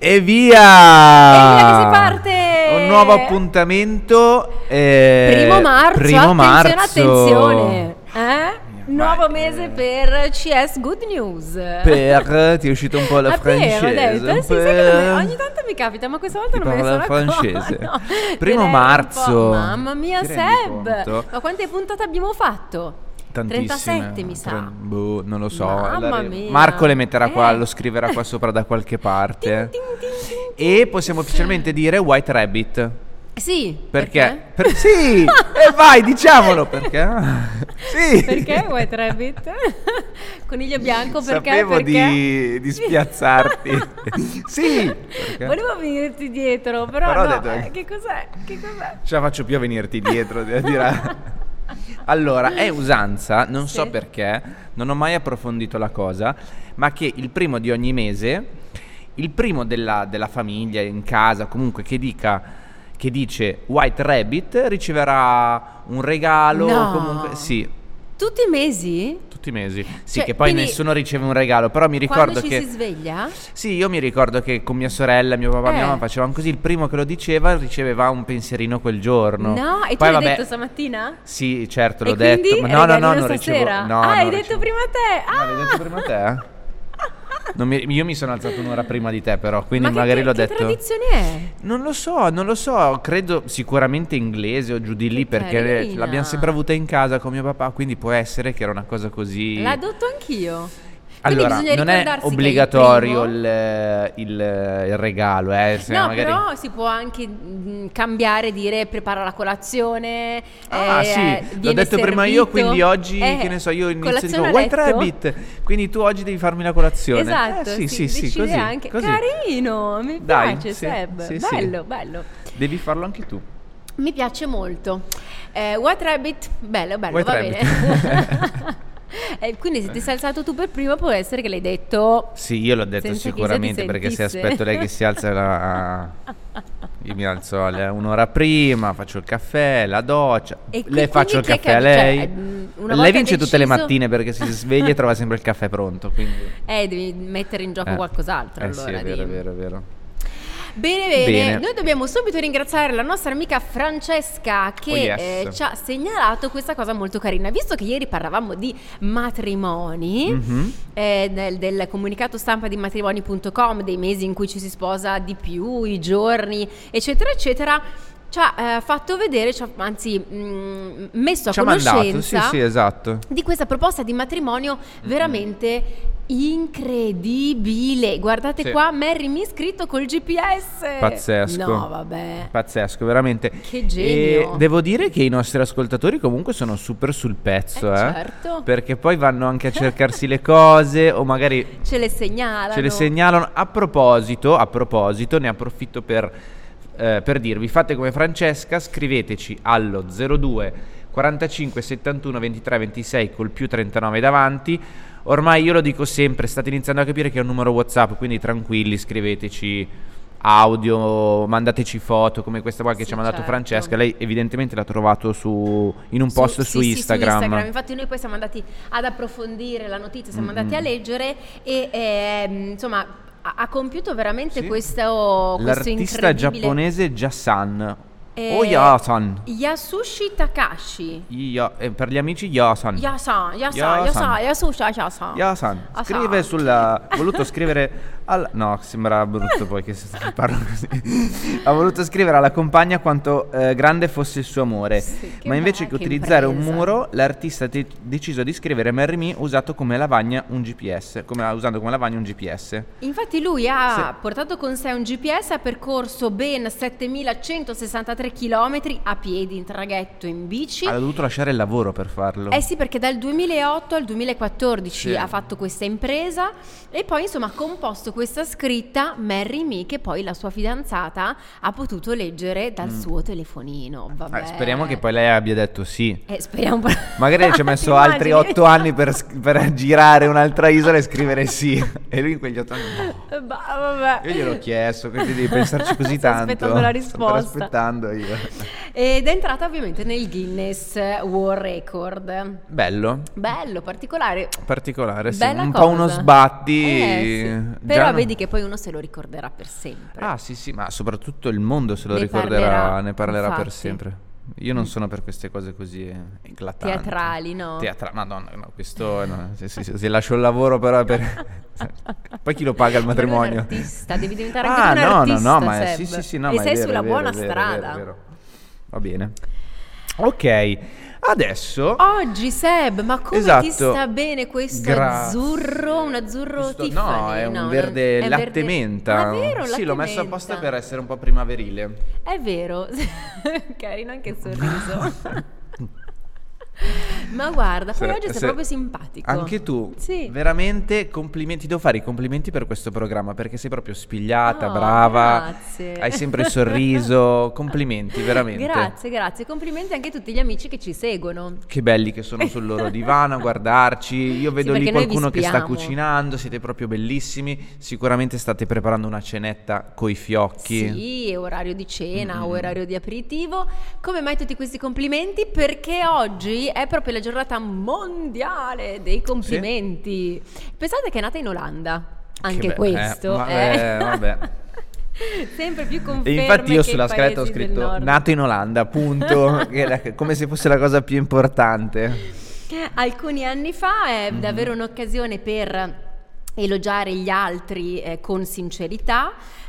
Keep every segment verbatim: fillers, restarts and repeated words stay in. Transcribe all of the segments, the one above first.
E via! E via che si parte! Un nuovo appuntamento. Eh, Primo marzo, primo attenzione, marzo. attenzione. Eh? Nuovo Ma- mese per C S Good News. Per, ti è uscito un po' la Ah, per, ho francese. detto, eh, un sì, po'- sai che non è- ogni tanto mi capita, ma questa volta Ti non me ne sono parla accorta. francese. No, Primo direi un marzo. po'. Mamma mia, Ti rendi Seb. conto? Ma quante puntate abbiamo fatto? Tantissime. trentasette mi sa. Tre- boh, non lo so. Mamma Allora, mia. Marco le metterà qua, Eh. lo scriverà qua sopra da qualche parte. Ting, ting, ting, ting. E possiamo ufficialmente dire White Rabbit. Sì. Perché? Per- sì! E vai, diciamolo perché. Sì! Perché White Rabbit? Coniglio bianco perché? Sapevo perché? di, di spiazzarti. Sì! Perché? Volevo venirti dietro, però, Però ho no, detto- eh, che cos'è? Che cos'è? Ce la faccio più a venirti dietro, devo dire. Allora, è usanza, non so Sì. perché, non ho mai approfondito la cosa, ma che il primo di ogni mese, il primo della, della famiglia, in casa, comunque che dica, che dice White Rabbit, riceverà un regalo, No. comunque, sì, Tutti i mesi? tutti i mesi. Sì, Cioè, che poi quindi nessuno riceve un regalo, però mi ricordo Quando ci che... si sveglia? Sì, io mi ricordo che con mia sorella, mio papà e mia Eh. mamma facevamo così, il primo che lo diceva riceveva un pensierino quel giorno. No, e tu Poi l'hai vabbè, detto stamattina? Sì, certo, E l'ho detto. quindi Ma no, no, no, regalino non ricevo. stasera? No, ah, non hai detto ricevo- prima te? Ah, Ah, l'hai detto prima te? Non mi- io mi sono alzato un'ora prima di te, però, quindi ma che- magari che, l'ho che detto. tradizione è? Non lo so, non lo so, credo sicuramente inglese o giù di lì, Che perché carina. l'abbiamo sempre avuta in casa con mio papà, quindi può essere che era una cosa così. L'ho adotto anch'io. Quindi Allora, bisogna non è ricordarsi che obbligatorio il primo- il, il- il regalo, eh, se No, magari... però si può anche mh, cambiare, dire prepara la colazione. Ah, eh, sì, l'ho viene detto prima io, servito. quindi oggi, Eh, che ne so, io inizio e dico colazione a White letto? Rabbit, quindi tu oggi devi farmi la colazione. Esatto, Eh, sì, sì, sì, decide così, anche. così. Carino, mi Dai, piace, sì, Seb. sì, sì. bello, bello. Devi farlo anche tu. Mi piace molto. Eh, White Rabbit, bello, bello, White va Rabbit. bene. Eh, quindi se ti sei alzato tu per primo può essere che l'hai detto. Sì, io l'ho detto Senza che sicuramente, se ti perché se sentisse. aspetto lei che si alza la... io mi alzo alle- un'ora prima, faccio il caffè, la doccia, E qui- le faccio il quindi chi caffè è a che- lei. cioè, mh, una volta lei vince tutte le deciso- mattine perché si sveglia e trova sempre il caffè pronto, quindi... Eh, devi mettere in gioco Eh. qualcos'altro. Eh allora, sì, è vero, è di- vero, è vero. Bene, bene, Bene. noi dobbiamo subito ringraziare la nostra amica Francesca che Oh, yes. eh, ci ha segnalato questa cosa molto carina. Visto che ieri parlavamo di matrimoni, Mhm. eh, del, del comunicato stampa di matrimoni punto com, dei mesi in cui ci si sposa di più, i giorni, eccetera, eccetera, ci ha eh, fatto vedere, ci ha, anzi mh, messo a Ci ha mandato, conoscenza sì, sì, esatto. di questa proposta di matrimonio veramente incredibile. Guardate Sì. qua, Mary mi scritto col G P S. Pazzesco. No, vabbè. Pazzesco, veramente. Che genio. E devo dire che i nostri ascoltatori comunque sono super sul pezzo, Eh, eh. certo. Perché poi vanno anche a cercarsi le cose o magari Ce le segnalano. ce le segnalano. A proposito, a proposito, ne approfitto per, eh, per dirvi, fate come Francesca, scriveteci allo zero due quarantacinque settantuno ventitré ventisei col più trentanove davanti. Ormai io lo dico sempre, state iniziando a capire che è un numero WhatsApp, quindi tranquilli, scriveteci audio, mandateci foto come questa qua che Sì, ci ha mandato certo. Francesca. Lei evidentemente l'ha trovato su, in un post su, sì, sì, Instagram. su Instagram. Infatti noi poi siamo andati ad approfondire la notizia, siamo Mm-mm. andati a leggere e ehm, insomma ha, ha compiuto veramente Sì. questo, questo L'artista incredibile giapponese Jasan. eh, O Yasan. Yasushi Takashi. Ya- eh, per gli amici Yasan. Yasan, Yasan, Yasan. Yasan, Yasushi Yasan. Yasan. Yasan. Scrive sulla... Ha voluto scrivere... Al... No, sembra brutto poi che si parlo così. Ha voluto scrivere alla compagna quanto eh, grande fosse il suo amore. Sì, che Ma invece be- che che utilizzare un impresa. muro, l'artista ha te- deciso di scrivere Marry Me usato come lavagna un G P S. Come, usando come lavagna un G P S. Infatti lui ha Sì. portato con sé un G P S, ha percorso ben settemilacentosessantatré chilometri a piedi, in traghetto, in bici. Ha dovuto lasciare il lavoro per farlo. Eh sì, perché dal duemilaotto al duemilaquattordici Sì. ha fatto questa impresa e poi insomma ha composto questa scritta Marry Me che poi la sua fidanzata ha potuto leggere dal suo telefonino. Vabbè. Eh, speriamo che poi lei abbia detto sì. Eh, speriamo. Magari ci ha messo Ti altri immagini? otto anni per, per girare un'altra isola e scrivere sì. E lui in quegli otto anni no. Bah, vabbè. Io gliel'ho chiesto, quindi devi pensarci così Sto tanto. aspettando la Sto ancora risposta. aspettando io. ed è entrata ovviamente nel Guinness World Record. Bello. Bello, particolare. Particolare, sì. Bella Un cosa. po' uno sbatti. Eh, sì. Già Però non- vedi che poi uno se lo ricorderà per sempre. Ah, sì, sì, ma soprattutto il mondo se lo Ne ricorderà, parlerà, ne parlerà per infatti. sempre. Io non sono per queste cose così eh, eclatanti. Teatrali, no? Teatra- Madonna, no, questo no, se, se- se lascio il lavoro però per... Poi chi lo paga il Ma lui è un matrimonio? artista, devi diventare anche Ah, tu un no, artista, no, no, ma è- Seb. sì, sì, sì, no, e ma è sei vero, sulla è vero, buona è vero, è strada. vero, è vero. Va bene. Ok, adesso... Oggi Seb, ma come Esatto. ti sta bene questo Grazie. azzurro, un azzurro Questo- Tiffany? no, è un no, verde è latte verde- menta. Ma è vero, Sì, latte l'ho messo menta. apposta per essere un po' primaverile. È vero, carino anche il sorriso. Ma guarda, poi Se- oggi sei se- proprio simpatico. Anche tu, Sì. veramente complimenti, devo fare i complimenti per questo programma perché sei proprio spigliata, Oh, brava, grazie. hai sempre il sorriso, complimenti, veramente. Grazie, grazie. Complimenti anche a tutti gli amici che ci seguono. Che belli che sono sul loro divano a guardarci, io vedo Sì, lì perché noi vi qualcuno che sta spiamo. cucinando, siete proprio bellissimi, sicuramente state preparando una cenetta coi fiocchi. Sì, è orario di cena, Mm. orario di aperitivo. Come mai tutti questi complimenti? Perché oggi è proprio la giornata mondiale dei complimenti. Pensate che è nata in Olanda, anche be- questo. eh, vabbè, eh. vabbè. Sempre più E conferme infatti io che i sulla scaletta ho paesi del scritto nord. nato in Olanda, appunto, che era come se fosse la cosa più importante. Alcuni anni fa è Mhm. davvero un'occasione per elogiare gli altri eh, con sincerità.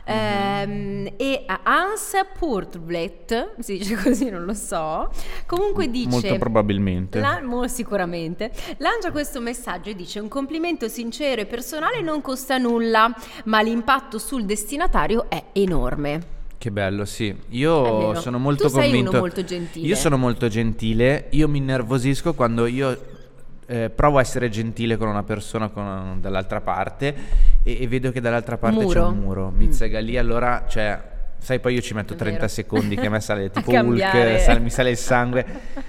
Ehm, e Hans Purtblet, si dice così, non lo so, comunque dice Molto probabilmente. la- mo- sicuramente lancia questo messaggio e dice: un complimento sincero e personale non costa nulla, ma l'impatto sul destinatario è enorme. Che bello, sì. È Io vero. sono molto Tu sei convinto. uno molto gentile. Io sono molto gentile. Io mi innervosisco quando io eh, provo a essere gentile con una persona con- dall'altra parte e, e vedo che dall'altra parte Muro. c'è un muro. Mi zega lì, allora, cioè, sai, poi io ci metto È trenta vero. secondi che a me sale tipo cambiare. Hulk, sale- mi sale il sangue.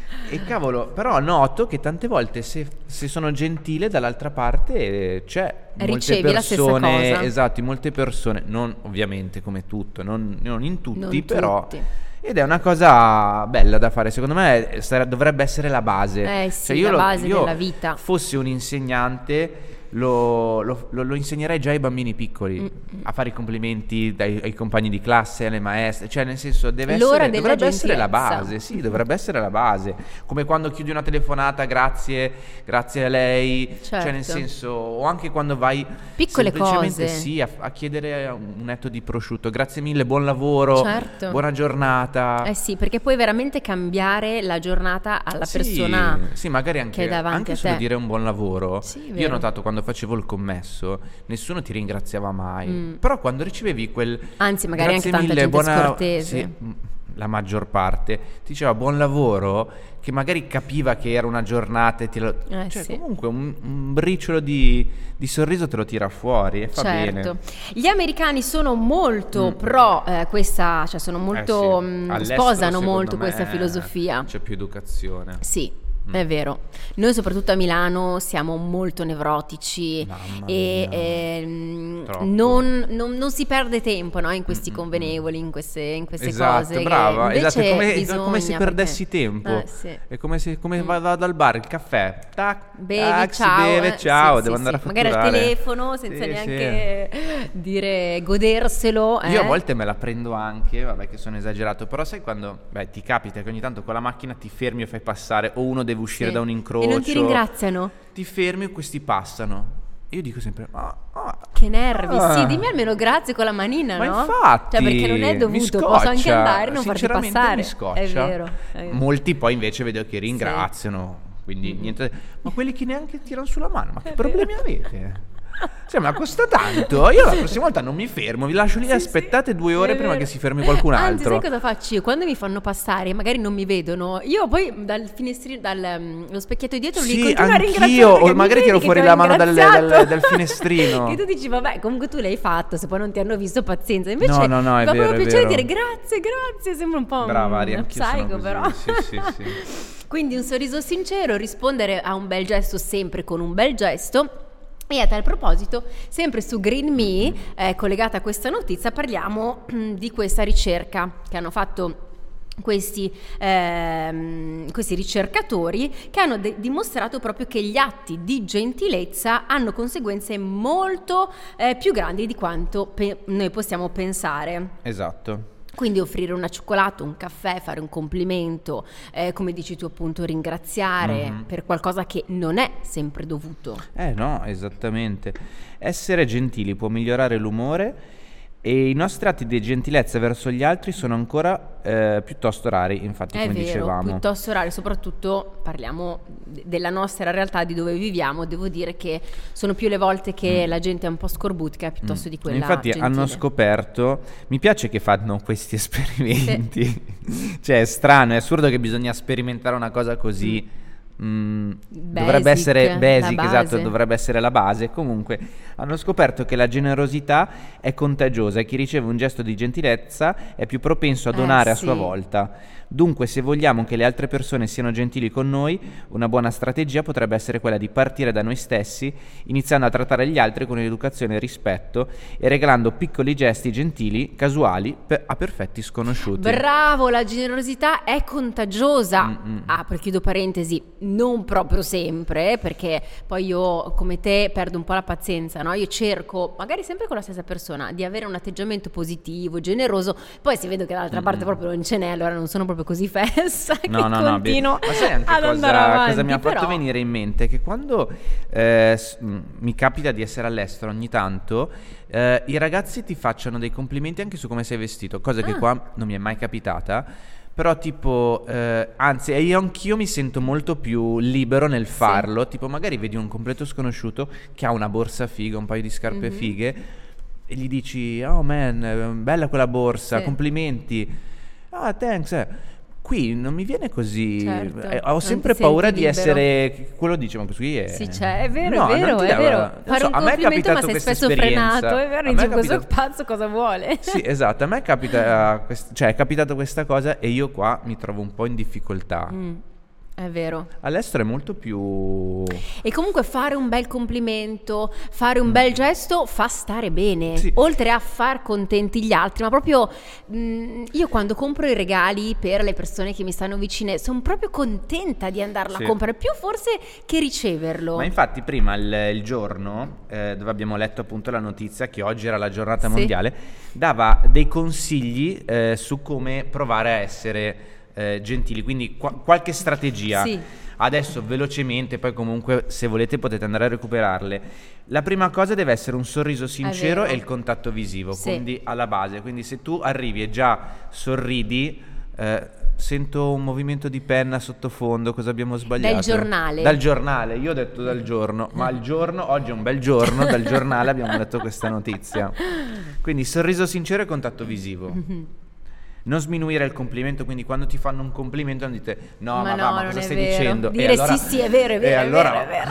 E cavolo, però noto che tante volte se, se sono gentile dall'altra parte eh, c'è molte Ricevi la stessa persone, cosa. esatto, in molte persone, non ovviamente come tutto, non, non in tutti, Non però tutti. ed è una cosa bella da fare, secondo me eh, sare- dovrebbe essere la base. Eh sì, Cioè, io la lo- base io della vita. fossi un insegnante lo, lo- lo- lo insegnerei già ai bambini piccoli Mm-mm. a fare i complimenti dai- ai compagni di classe, alle maestre, cioè nel senso deve L'ora essere, della dovrebbe essere la gentilezza. base, sì, dovrebbe essere la base, come quando chiudi una telefonata, grazie, grazie a lei, cioè nel Certo. senso, o anche quando vai Piccole semplicemente cose. sì, a, a chiedere un etto di prosciutto, grazie mille, buon lavoro, Certo. buona giornata. Eh sì, perché puoi veramente cambiare la giornata alla Sì, persona sì, magari che anche, è davanti anche a solo te. dire un buon lavoro. Sì, Io ho vero. notato quando facevo il commesso, nessuno ti ringraziava mai. Mm. Però quando ricevevi quel Anzi, magari grazie anche tanta mille, gente buona... scortese. sì, mm, la maggior parte ti diceva buon lavoro, che magari capiva che era una giornata e ti lo... Eh, cioè sì. comunque un, un briciolo di, di sorriso te lo tira fuori e fa Certo. bene. Gli americani sono molto Mm. pro eh, questa, cioè sono molto Eh sì. mh, All'estero, sposano secondo molto me, questa filosofia. C'è più educazione. Sì, Mm. è vero. Noi soprattutto a Milano siamo molto nevrotici Mamma e mia. ehm, Troppo. non, non- non si perde tempo, no, in questi Mm, mm, convenevoli, in queste, in queste Esatto, cose. che brava, invece esatto, è come, è bisogna, come se perché- perdessi tempo. Eh, sì. È come se come Mm. vado dal bar, il caffè, tac, Bevi, tac, si ciao, beve, eh, ciao, sì, devo sì, andare sì. a Magari fatturare. al telefono senza Sì, neanche dire goderselo. Io a eh. volte me la prendo anche, vabbè che sono esagerato, però sai quando beh, ti capita che ogni tanto con la macchina ti fermi o fai passare o uno deve uscire Sì. da un incrocio. E non ti ringraziano? Ti fermi e questi passano. Io dico sempre, ma ah, Che nervi, ah. sì, dimmi almeno grazie con la manina, Ma no? infatti, Cioè, perché non è mi dovuto, scoccia, posso anche andare e non farti sinceramente passare. mi scoccia. È vero. è vero. Molti poi invece vedo che ringraziano, quindi Mm. niente. Ma quelli che neanche tirano sulla mano, ma che È problemi vero. avete? Cioè, ma costa tanto. Io la prossima volta non mi fermo, vi lascio lì, Sì, aspettate sì, due ore è prima vero. che si fermi qualcun Anzi, altro. sai cosa faccio io? Quando mi fanno passare, magari non mi vedono, io poi dal finestrino, dallo specchietto di dietro li Sì, continuo a anch'io, ringraziare. o perché mi magari vedi tiro che fuori ti ho la mano dal- ringraziato. dal- dal finestrino. Che tu dici, vabbè, comunque tu l'hai fatto, se poi non ti hanno visto, pazienza. Invece No, no, no, è mi fa vero, proprio è piacere vero. dire grazie, grazie, sembra un po' Brava, Ari, un anch'io sono psycho, così. però. Sì, sì, sì. Quindi un sorriso sincero, rispondere a un bel gesto sempre con un bel gesto. E a tal proposito, sempre su Green Me, eh, collegata a questa notizia, parliamo mm, di questa ricerca che hanno fatto questi, ehm, questi ricercatori che hanno de- dimostrato proprio che gli atti di gentilezza hanno conseguenze molto eh, più grandi di quanto pe- noi possiamo pensare. Esatto. Quindi offrire una cioccolata, un caffè, fare un complimento, eh, come dici tu appunto ringraziare Mm-hmm. per qualcosa che non è sempre dovuto. Eh no, esattamente. Essere gentili può migliorare l'umore e i nostri atti di gentilezza verso gli altri sono ancora eh, piuttosto rari, infatti, È come vero, dicevamo. piuttosto rari, soprattutto parliamo de- della nostra realtà, di dove viviamo. Devo dire che sono più le volte che Mm. la gente è un po' scorbutica piuttosto di quella Infatti gentile. hanno scoperto, mi piace che fanno questi esperimenti, cioè è strano, è assurdo che bisogna sperimentare una cosa così, mm, dovrebbe Basic, essere la basic, base. esatto, dovrebbe essere la base. Comunque hanno scoperto che la generosità è contagiosa e chi riceve un gesto di gentilezza è più propenso a Eh, donare a sì. sua volta. Dunque, se vogliamo che le altre persone siano gentili con noi, una buona strategia potrebbe essere quella di partire da noi stessi, iniziando a trattare gli altri con educazione e rispetto e regalando piccoli gesti gentili, casuali, per- a perfetti sconosciuti. Bravo, la generosità è contagiosa. Mm-mm. Apro e chiudo parentesi, non proprio sempre, eh, perché poi io come te perdo un po' la pazienza, no? Io cerco, magari sempre con la stessa persona, di avere un atteggiamento positivo, generoso, poi se vedo che dall'altra parte Mm-mm. proprio non ce n'è, allora non sono proprio così fessa che No, no, no, continuo beh, ma sai anche ad andare cosa, avanti. cosa mi ha fatto però- venire in mente? Che quando eh, s- m- mi capita di essere all'estero ogni tanto, eh, i ragazzi ti facciano dei complimenti anche su come sei vestito, cosa che Ah. qua non mi è mai capitata. Però tipo, eh, anzi, e io anch'io mi sento molto più libero nel farlo. Tipo, magari vedi un completo sconosciuto che ha una borsa figa, un paio di scarpe Mhm. fighe, e gli dici, oh man, eh, bella quella borsa, Sì. complimenti. Ah, thanks. eh. Qui non mi viene così. Certo, eh, ho non sempre ti paura senti di libero. essere. Quello dice, ma questo qui è. Sì, c'è, è vero, No, è vero, non ti è dà- vero. non Fare so, un a me è complimento ma capitato sei questa spesso esperienza. frenato, è vero, A me dici è questo capitato- pazzo cosa vuole? Sì, esatto, a me capita, quest- cioè, è capitato questa cosa e io qua mi trovo un po' in difficoltà. Mm, è vero. All'estero è molto più. E comunque fare un bel complimento, fare un bel gesto fa stare bene, Mm. Sì. oltre a far contenti gli altri, ma proprio mh, io quando compro i regali per le persone che mi stanno vicine sono proprio contenta di andarla Sì. a comprare, più forse che riceverlo. Ma infatti prima il, il giorno eh, dove abbiamo letto appunto la notizia che oggi era la giornata Sì. mondiale, dava dei consigli eh, su come provare a essere eh, gentili, quindi qua- qualche strategia. Sì. Adesso velocemente, poi comunque se volete potete andare a recuperarle. La prima cosa deve essere un sorriso sincero vero. e il contatto visivo, Sì. quindi alla base. Quindi se tu arrivi e già sorridi, eh, sento un movimento di penna sottofondo, cosa abbiamo sbagliato? Dal giornale. Dal giornale, io ho detto dal giorno, ma il giorno, oggi è un bel giorno, dal giornale abbiamo letto questa notizia. Quindi sorriso sincero e contatto visivo. Non sminuire il complimento, quindi quando ti fanno un complimento non dite no, ma, Ma va, no, ma non cosa è stai vero. dicendo? Dire sì, sì, è vero, è vero, e è allora, vero, è vero.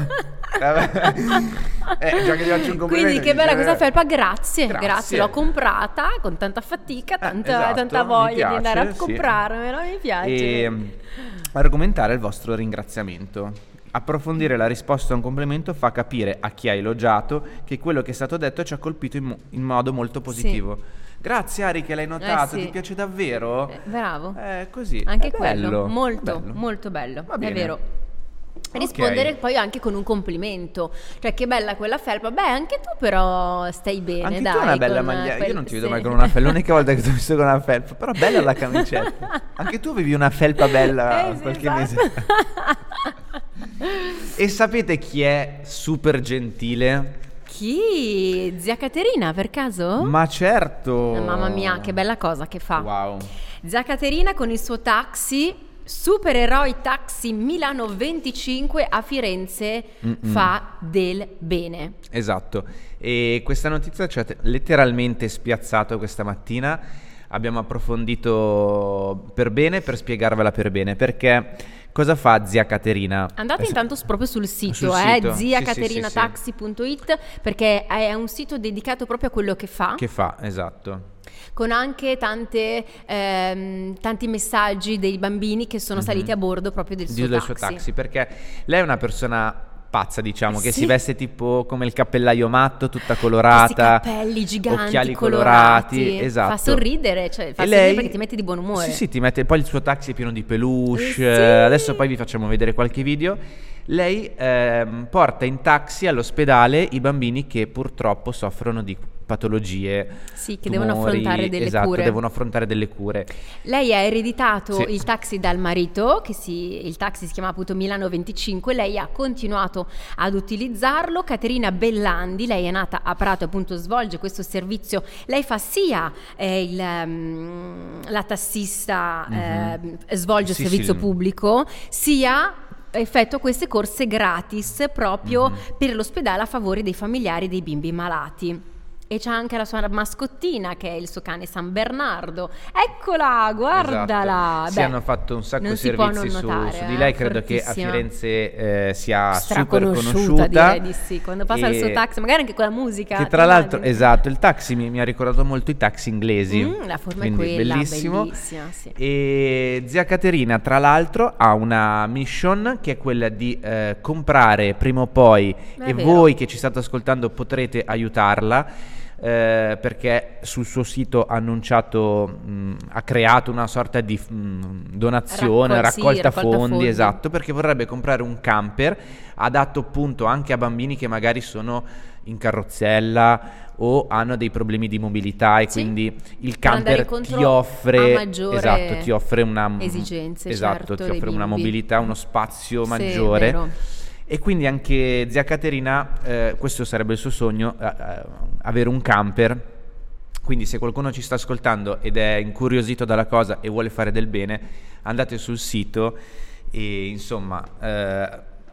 eh, già che ti faccio un complimento. Quindi che bella dici, questa eh, felpa, grazie, grazie. grazie, l'ho comprata con tanta fatica, tanta, esatto, tanta mi voglia di andare a piace, sì. comprarmela, mi piace. E mm, argomentare il vostro ringraziamento. Approfondire la risposta a un complimento fa capire a chi ha elogiato che quello che è stato detto ci ha colpito in, mo- in modo molto positivo. Grazie Ari che l'hai notato, sì. ti piace davvero? Eh, bravo. Eh, così. Anche è quello, bello, molto, bello. molto bello, Va è bene. vero. Ok. Rispondere poi anche con un complimento, cioè che bella quella felpa, beh anche tu però stai bene, Anche dai. tu hai una bella con maglia. quel- Io non ti vedo sì. mai con una felpa. L'unica volta che ti ho visto con una felpa. Però bella la camicetta. Anche tu avevi una felpa bella Eh, sì, qualche esatto. mese. E sapete chi è super gentile? Chi? Zia Caterina per caso? Ma certo. Eh, mamma mia, che bella cosa che fa. Wow. Zia Caterina con il suo taxi, Supereroi Taxi Milano venticinque a Firenze, Mm-mm. fa del bene. Esatto. E questa notizia ci ha te- letteralmente spiazzato questa mattina. Abbiamo approfondito per bene per spiegarvela per bene. Perché cosa fa Zia Caterina? Andate Eh, intanto proprio sul sito, sul eh, sito. zia Sì, sì, caterina sì, sì. taxi punto it, perché è un sito dedicato proprio a quello che fa, Che fa? Esatto. con anche tante, ehm, tanti messaggi dei bambini che sono saliti a bordo proprio del Di- suo del taxi. suo taxi, perché lei è una persona pazza, diciamo, Eh che sì. si veste tipo come il cappellaio matto, tutta colorata, Questi capelli giganti, occhiali colorati, colorati, esatto. Fa sorridere, cioè fa E sorridere lei- perché ti mette di buon umore. Sì, sì, ti mette, poi il suo taxi è pieno di peluche, Eh sì. eh, adesso poi vi facciamo vedere qualche video. Lei ehm, porta in taxi all'ospedale i bambini che purtroppo soffrono di patologie, Sì, che devono tumori, affrontare delle esatto, cure. devono affrontare delle cure. Lei ha ereditato Sì. il taxi dal marito, che si, il taxi si chiama appunto Milano venticinque, lei ha continuato ad utilizzarlo. Caterina Bellandi, lei è nata a Prato, appunto svolge questo servizio, lei fa sia eh, il, um, la tassista, Mhm. eh, svolge Sì, il servizio sì. pubblico, sia effettua queste corse gratis proprio Mhm. per l'ospedale a favore dei familiari dei bimbi malati. E c'è anche la sua mascottina, che è il suo cane San Bernardo. Eccola, guardala! Esatto. Si Beh, hanno fatto un sacco non di si può servizi non su, notare, su di eh, lei, credo che a fortissima. Firenze eh, sia super Straconosciuta, conosciuta. direi di sì. Quando passa il E suo taxi, magari anche con la musica. Che ti tra l'altro, immagini? esatto, il taxi mi, mi ha ricordato molto i taxi inglesi. Mm, la forma quindi è quella, bellissimo. bellissima, sì. E zia Caterina, tra l'altro, ha una mission che è quella di eh, comprare prima o poi, È e vero. voi che ci state ascoltando potrete aiutarla. Eh, perché sul suo sito ha annunciato, mh, ha creato una sorta di mh, donazione, Raccol- sì, raccolta, raccolta fondi, fondi. esatto, perché vorrebbe comprare un camper adatto appunto anche a bambini che magari sono in carrozzella o hanno dei problemi di mobilità, e Sì, quindi il per andare camper incontro ti offre, a maggiore esatto, ti offre una esigenze, esatto, certo, ti dei offre una bimbi. mobilità, uno spazio Sì, maggiore. è vero. E quindi anche zia Caterina, eh, questo sarebbe il suo sogno, eh, eh, avere un camper. Quindi se qualcuno ci sta ascoltando ed è incuriosito dalla cosa e vuole fare del bene, andate sul sito e insomma eh,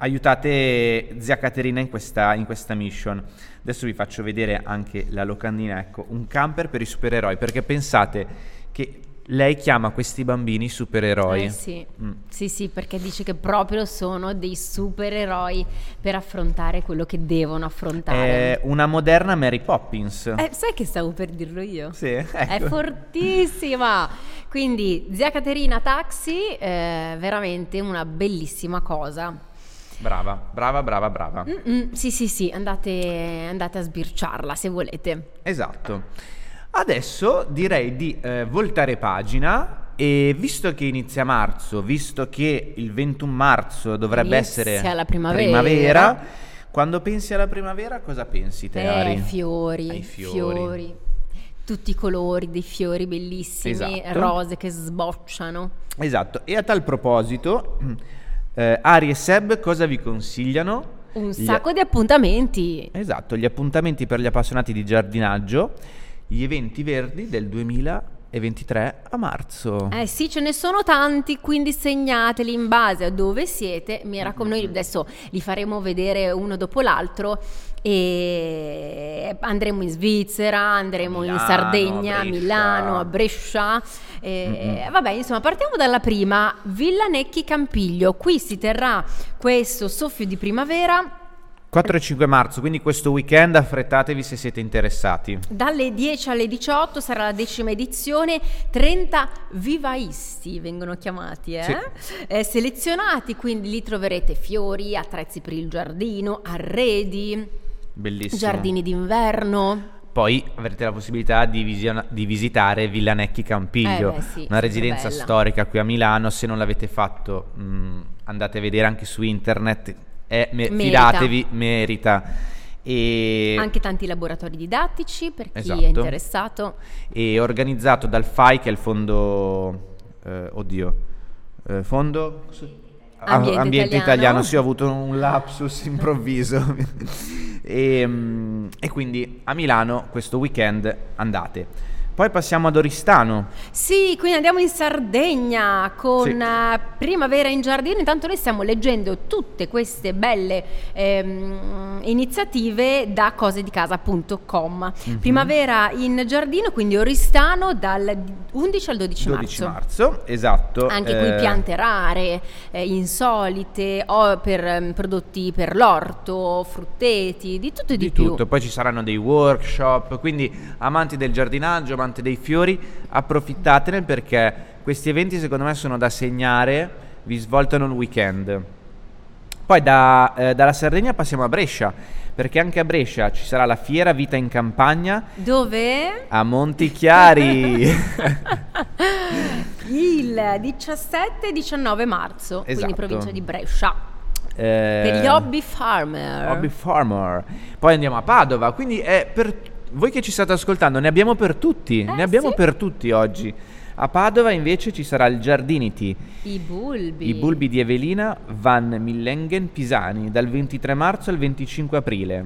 aiutate zia Caterina in questa, in questa mission. Adesso vi faccio vedere anche la locandina, ecco, un camper per i supereroi, perché pensate che lei chiama questi bambini supereroi. Eh sì. Mm. Sì, sì, perché dice che proprio sono dei supereroi per affrontare quello che devono affrontare. È una moderna Mary Poppins. Eh, sai che stavo per dirlo io? Sì, È ecco. fortissima. Quindi zia Caterina Taxi, eh, veramente una bellissima cosa. Brava, brava, brava, brava. Mm-mm, sì, sì, sì, andate, andate a sbirciarla se volete. Esatto. Adesso direi di eh, voltare pagina, e visto che inizia marzo, visto che il ventuno marzo dovrebbe Inizia essere la primavera. primavera, quando pensi alla primavera cosa pensi, te, Ari? Eh, fiori, Ai fiori. fiori. Tutti i colori dei fiori bellissimi, Esatto. rose che sbocciano. Esatto, e a tal proposito, eh, Ari e Seb cosa vi consigliano? Un Gli- sacco di appuntamenti. Esatto, gli appuntamenti per gli appassionati di giardinaggio, gli eventi verdi del duemilaventitré a marzo. Eh sì, ce ne sono tanti, quindi segnateli in base a dove siete. Mi raccomando, noi adesso li faremo vedere uno dopo l'altro e andremo in Svizzera, andremo Milano, in Sardegna, a a Brescia. Milano, a Brescia. E, vabbè, insomma, partiamo dalla prima, Villa Necchi Campiglio. Qui si terrà questo soffio di primavera quattro e cinque marzo, quindi questo weekend affrettatevi se siete interessati. dalle dieci alle diciotto, sarà la decima edizione. Trenta vivaisti vengono chiamati, eh? Sì. Eh, selezionati, quindi lì troverete fiori, attrezzi per il giardino, arredi, Bellissimo. giardini d'inverno. Poi avrete la possibilità di, visiona- di visitare Villa Necchi Campiglio, Eh beh, sì, una sempre residenza bella. storica qui a Milano. Se non l'avete fatto, mh, andate a vedere anche su internet. È, me- Merita. fidatevi, merita. E Anche tanti laboratori didattici per chi Esatto. è interessato. è organizzato dal F A I, che è il fondo, eh, oddio, eh, fondo Ah, Ambiente Italiano. Sì, ho avuto un lapsus improvviso. e, mm, e quindi a Milano questo weekend andate. Poi passiamo ad Oristano. Sì, quindi andiamo in Sardegna con Sì. eh, Primavera in Giardino. Intanto noi stiamo leggendo tutte queste belle ehm, iniziative da cosedicasa punto com. Mhm. Primavera in Giardino, quindi Oristano, dal undici al dodici, dodici marzo. marzo, esatto. Anche qui eh, piante rare, eh, insolite, o per ehm, prodotti per l'orto, frutteti, di tutto e di, di più. tutto. Poi ci saranno dei workshop, quindi amanti del giardinaggio, amanti dei fiori, approfittatene, perché questi eventi secondo me sono da segnare, vi svoltano il weekend. Poi da, eh, dalla Sardegna passiamo a Brescia, perché anche a Brescia ci sarà la fiera Vita in Campagna. Dove? A Montichiari. Il diciassette e diciannove marzo, Esatto. quindi provincia di Brescia. Eh, Per gli hobby farmer. Hobby farmer. Poi andiamo a Padova, quindi è per voi che ci state ascoltando, ne abbiamo per tutti, Eh, ne abbiamo sì. per tutti oggi. A Padova invece ci sarà il Giardinity, I bulbi. i bulbi di Evelina Van Millengen Pisani, dal ventitré marzo al venticinque aprile.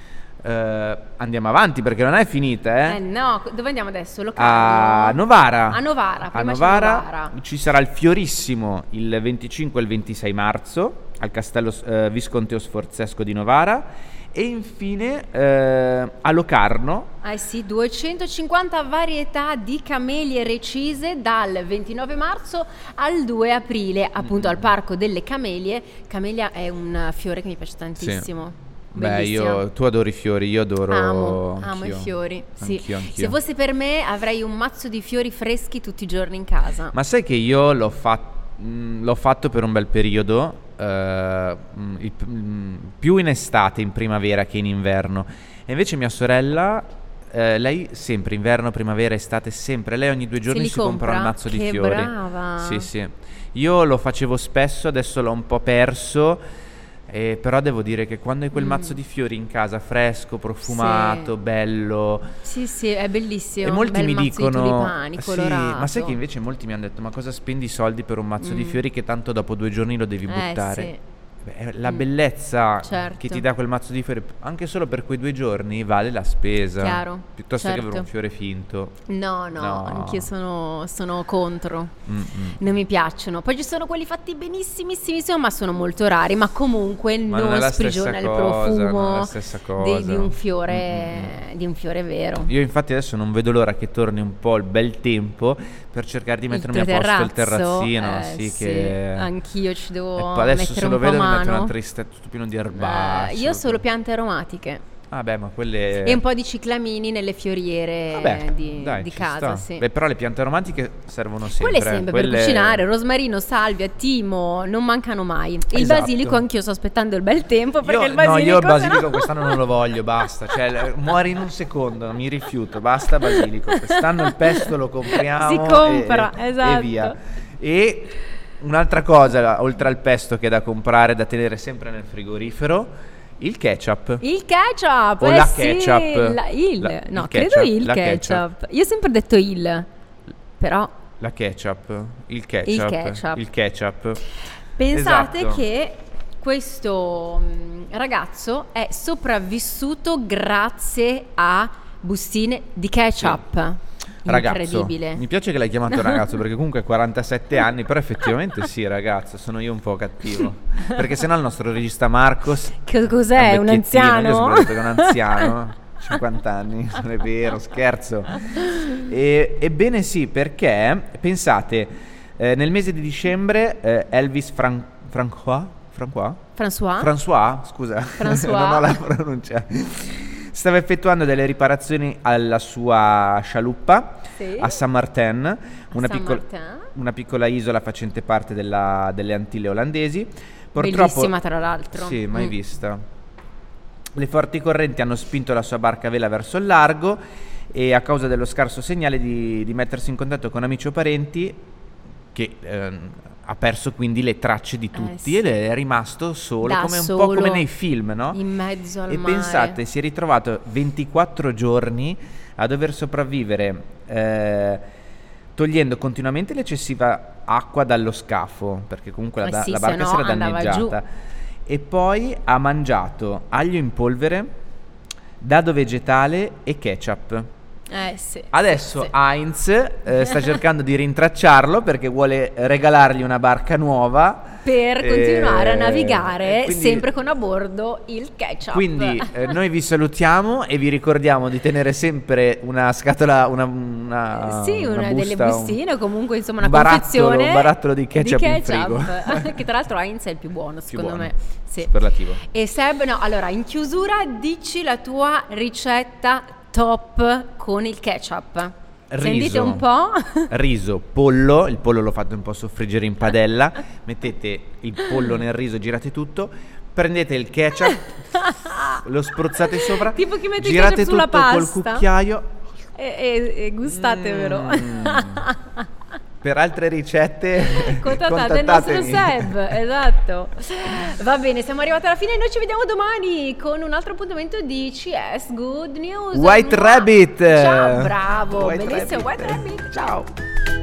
Eh, andiamo avanti perché non è finita, eh? Eh no, dove andiamo adesso? A Locale? Novara. A Novara, A prima c'è Novara Novara. ci sarà il Fiorissimo il venticinque e il ventisei marzo al Castello eh, Visconteo Sforzesco di Novara. E infine eh, a Locarno. Eh sì, duecentocinquanta varietà di camelie recise dal ventinove marzo al due aprile, appunto Mm. al Parco delle Camelie. Camelia è un fiore che mi piace tantissimo. Beh, Bellissimo. io tu adori i fiori, io adoro Amo, amo anch'io. i fiori. Sì. Anch'io, anch'io. Se fosse per me avrei un mazzo di fiori freschi tutti i giorni in casa. Ma sai che io l'ho, fat- mh, l'ho fatto per un bel periodo, eh, mh, il- mh, più in estate, in primavera che in inverno. E invece mia sorella, eh, lei sempre inverno, primavera, estate, sempre. Lei ogni due giorni li si compra un compra? mazzo di Che fiori. brava. Sì, sì. Io lo facevo spesso, adesso l'ho un po' perso. Eh, però devo dire che quando hai quel Mm. mazzo di fiori in casa, fresco, profumato, Sì. bello. Sì, sì, è bellissimo. E molti Bel mi mazzo di dicono, tulipani, sì, colorato. ma sai che invece molti mi hanno detto, ma cosa spendi i soldi per un mazzo di Mm. fiori che tanto dopo due giorni lo devi Eh, buttare? sì. Beh, è la Mm. bellezza Certo. che ti dà quel mazzo di fiori, anche solo per quei due giorni vale la spesa. Chiaro, Piuttosto che certo. per un fiore finto. No, no, No. anch'io sono, sono contro. Mm-mm. Non mi piacciono. Poi ci sono quelli fatti benissimissimo, ma sono molto rari. Ma comunque Ma non, non è la sprigiona stessa il cosa, non è profumo la stessa di, cosa. di un fiore, Mm-mm. di un fiore vero. Io infatti adesso non vedo l'ora che torni un po' il bel tempo per cercare di Il mettermi tuo a posto il terrazzo, terrazzino. eh, sì, sì, che... anch'io ci devo E poi adesso mettere se lo un po' vedo mi mette mano. una tristezza, tutto pieno di Eh, erbacce. io solo piante aromatiche Ah beh, ma quelle... e un po' di ciclamini nelle fioriere Vabbè, di, dai, di ci sta. sta. Sì. Beh, però le piante aromatiche servono sempre. Quelle sempre Quelle- per cucinare, rosmarino, salvia, timo, non mancano mai. Il Esatto. basilico anch'io sto aspettando il bel tempo perché Io, il basilico, no, io il basilico sennò- quest'anno non lo voglio, basta. Cioè, le- muori in un secondo, mi rifiuto, basta basilico. Quest'anno il pesto lo compriamo. Si compra, e, esatto. E via. E un'altra cosa, oltre al pesto che è da comprare, da tenere sempre nel frigorifero, il ketchup. Il ketchup, O eh la sì, ketchup. la- il, La- no, il credo ketchup, il la ketchup. Io ho sempre detto il, però La ketchup, il ketchup, Il ketchup. il ketchup. pensate Esatto. che questo mm, ragazzo è sopravvissuto grazie a bustine di ketchup. Ragazzo, Incredibile. mi piace che l'hai chiamato ragazzo perché comunque ha quarantasette anni, però effettivamente sì ragazzo, sono io un po' cattivo, perché sennò il nostro regista Marcos Che cos'è? è Un vecchiettino, io ho anziano? sempre detto che è un anziano, cinquanta anni, non è vero, scherzo. E, ebbene sì, perché pensate, eh, nel mese di dicembre eh, Elvis Fran- Francois, Francois? François? François, scusa, François. non ho la pronuncia. Stava effettuando delle riparazioni alla sua scialuppa Sì. a Saint-Martin, una, piccol- Saint-Martin. una piccola isola facente parte della- delle Antille olandesi. Bellissima, tra l'altro. Sì, mai Mm. vista. Le forti correnti hanno spinto la sua barca a vela verso il largo e a causa dello scarso segnale di, di mettersi in contatto con amici o parenti, che ehm, ha perso quindi le tracce di tutti sì. ed è rimasto solo, Da come un po' solo, come nei film, no? in mezzo al E mare. pensate, si è ritrovato ventiquattro giorni a dover sopravvivere eh, togliendo continuamente l'eccessiva acqua dallo scafo, perché comunque la, Eh da- sì, la se barca no si era andava danneggiata. E poi ha mangiato aglio in polvere, dado vegetale e ketchup. Eh sì. Adesso sì, sì. Heinz eh, sta cercando di rintracciarlo perché vuole regalargli una barca nuova Per eh, continuare a navigare e quindi- sempre con a bordo il ketchup. Quindi eh, noi vi salutiamo e vi ricordiamo di tenere sempre una scatola, una, una, sì, una, delle busta, un- bustine o comunque insomma una un barattolo, confezione un barattolo di ketchup in frigo. che tra l'altro Heinz è il più buono Più secondo buono. me. Sì. Superlativo. E Seb, no, allora in chiusura dici la tua ricetta top con il ketchup. Sentite riso, un po'. riso, pollo, il pollo lo fate un po' soffriggere in padella, mettete il pollo nel riso, girate tutto, prendete il ketchup, lo spruzzate sopra, Tipo chi mette il girate ketchup sulla tutto col pasta. cucchiaio. E, e, e gustatevelo. Mm. Per altre ricette Contattate il nostro Seb, esatto. Va bene, siamo arrivati alla fine. Noi ci vediamo domani con un altro appuntamento di C S Good News. White Rabbit. Ciao, bravo, White bellissimo Rabbit. White Rabbit. Ciao.